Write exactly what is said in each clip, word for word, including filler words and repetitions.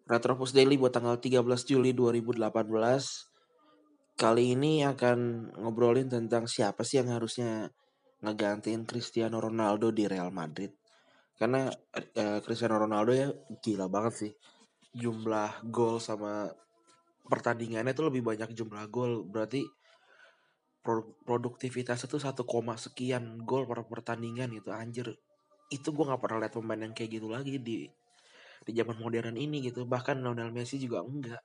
Retropus Daily buat tanggal tiga belas Juli dua ribu delapan belas. Kali ini akan ngobrolin tentang siapa sih yang harusnya ngegantiin Cristiano Ronaldo di Real Madrid. Karena eh, Cristiano Ronaldo ya gila banget sih. Jumlah gol sama pertandingannya tuh lebih banyak jumlah gol. Berarti pro- produktivitasnya tuh satu koma sekian gol per pertandingan gitu. Anjir, itu gue gak pernah lihat pemain yang kayak gitu lagi di di zaman modern ini gitu. Bahkan Lionel Messi juga enggak.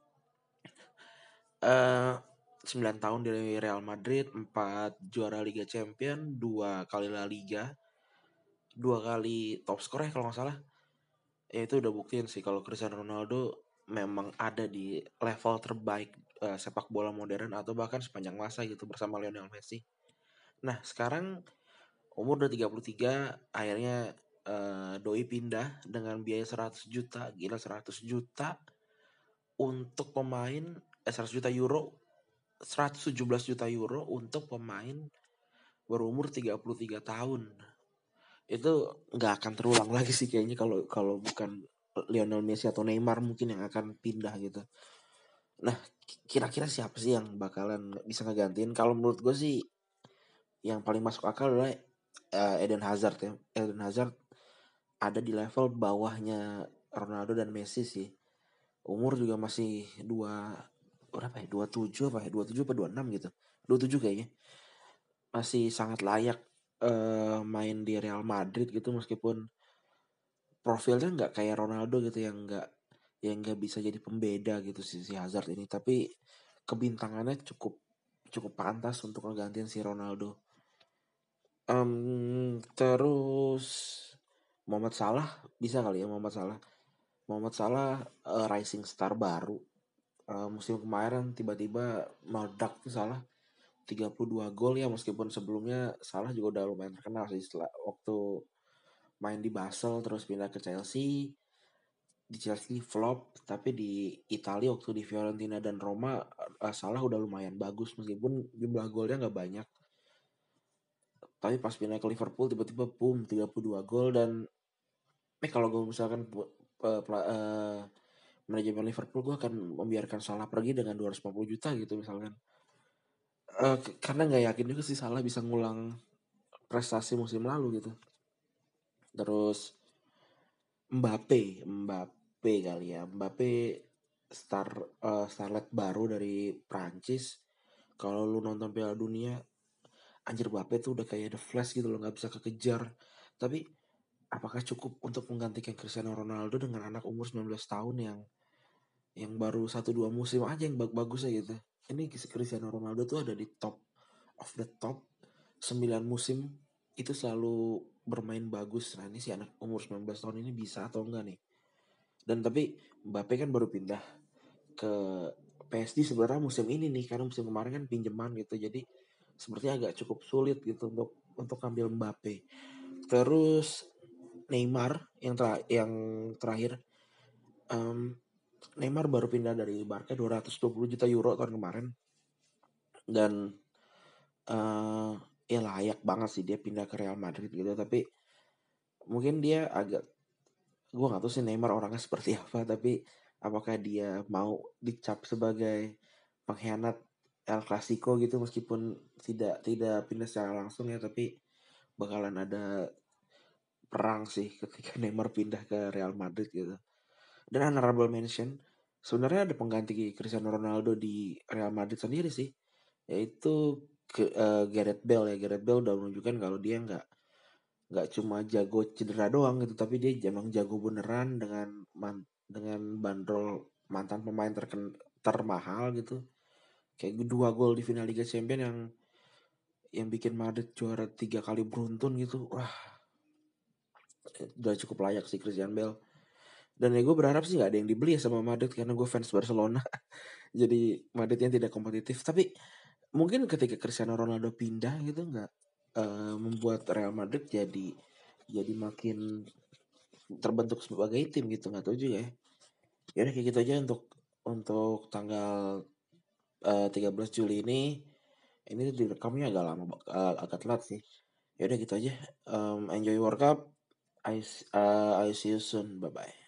Eh sembilan tahun dari Real Madrid, empat juara Liga Champion, dua kali La Liga, dua kali top skor ya kalau nggak salah. Ya itu udah buktiin sih kalau Cristiano Ronaldo memang ada di level terbaik eh, sepak bola modern atau bahkan sepanjang masa gitu bersama Lionel Messi. Nah, sekarang umur udah tiga puluh tiga, akhirnya eh, doi pindah dengan biaya seratus juta, gila seratus juta untuk pemain eh, seratus juta euro, seratus tujuh belas juta euro untuk pemain berumur tiga puluh tiga tahun. Itu nggak akan terulang lagi sih kayaknya kalau kalau bukan Lionel Messi atau Neymar mungkin yang akan pindah gitu. Nah, kira-kira siapa sih yang bakalan bisa ngegantiin? Kalau menurut gue sih yang paling masuk akal adalah uh, Eden Hazard ya. Eden Hazard ada di level bawahnya Ronaldo dan Messi sih. Umur juga masih dua berapa ya? dua puluh tujuh apa ya? dua puluh tujuh apa dua puluh enam gitu. dua puluh tujuh kayaknya. Masih sangat layak uh, main di Real Madrid gitu meskipun profilnya nggak kayak Ronaldo gitu yang nggak yang nggak bisa jadi pembeda gitu sih si Hazard ini, tapi kebintangannya cukup cukup pantas untuk ngegantiin si Ronaldo. Um, terus Muhammad Salah bisa kali ya. Muhammad Salah Muhammad Salah uh, rising star baru. Uh, musim kemarin tiba-tiba meledak tuh Salah tiga puluh dua gol ya, meskipun sebelumnya Salah juga udah lumayan terkenal sih setelah waktu main di Basel terus pindah ke Chelsea. Di Chelsea flop, tapi di Italia waktu di Fiorentina dan Roma uh, Salah udah lumayan bagus meskipun jumlah golnya nggak banyak. Tapi pas pindah ke Liverpool tiba-tiba boom tiga puluh dua gol. Dan eh kalau gue misalkan uh, uh, manajemen Liverpool, gue akan membiarkan Salah pergi dengan dua ratus lima puluh juta gitu misalkan. Uh, karena nggak yakin juga sih Salah bisa ngulang prestasi musim lalu gitu. Terus Mbappe, Mbappe kali ya. Mbappe star uh, starlet baru dari Prancis. Kalau lu nonton Piala Dunia, anjir Mbappe tuh udah kayak The Flash gitu loh, nggak bisa kekejar. Tapi apakah cukup untuk menggantikan Cristiano Ronaldo dengan anak umur sembilan belas tahun yang yang baru satu dua musim aja yang bagus-bagus aja gitu. Ini Cristiano Ronaldo tuh ada di top of the top sembilan musim itu selalu bermain bagus. Nah ini si anak umur sembilan belas tahun ini bisa atau enggak nih? Dan tapi Mbappe kan baru pindah ke P S G sebenarnya musim ini nih, karena musim kemarin kan pinjaman gitu. Jadi sepertinya agak cukup sulit gitu untuk untuk ambil Mbappe. Terus Neymar yang ter yang terakhir, um, Neymar baru pindah dari Barca dua ratus dua puluh juta euro tahun kemarin. Dan uh, ya layak banget sih dia pindah ke Real Madrid gitu. Tapi mungkin dia agak, gue gak tahu sih Neymar orangnya seperti apa, tapi apakah dia mau dicap sebagai pengkhianat El Clasico gitu, meskipun tidak tidak pindah secara langsung ya, tapi bakalan ada perang sih ketika Neymar pindah ke Real Madrid gitu. Dan honorable mention, sebenarnya ada pengganti Cristiano Ronaldo di Real Madrid sendiri sih, yaitu ke, uh, Gareth Bale ya. Gareth Bale udah menunjukkan kalau dia nggak nggak cuma jago cedera doang gitu, tapi dia emang jago beneran dengan man, dengan bandrol mantan pemain terken, termahal gitu. Kayak dua gol di final Liga Champions yang yang bikin Madrid juara tiga kali beruntun gitu. Wah, udah cukup layak sih Christian Bale. Dan ya gue berharap sih gak ada yang dibeli ya sama Madrid, karena gue fans Barcelona. Jadi Madrid yang tidak kompetitif. Tapi mungkin ketika Cristiano Ronaldo pindah gitu nggak uh, membuat Real Madrid jadi jadi makin terbentuk sebagai tim gitu, nggak tahu juga ya. Ya udah kayak gitu aja untuk untuk tanggal uh, tiga belas Juli ini. Ini direkamnya agak lama, uh, agak telat sih. Ya udah gitu aja. Um, enjoy World Cup. I, uh, I see you soon. Bye bye.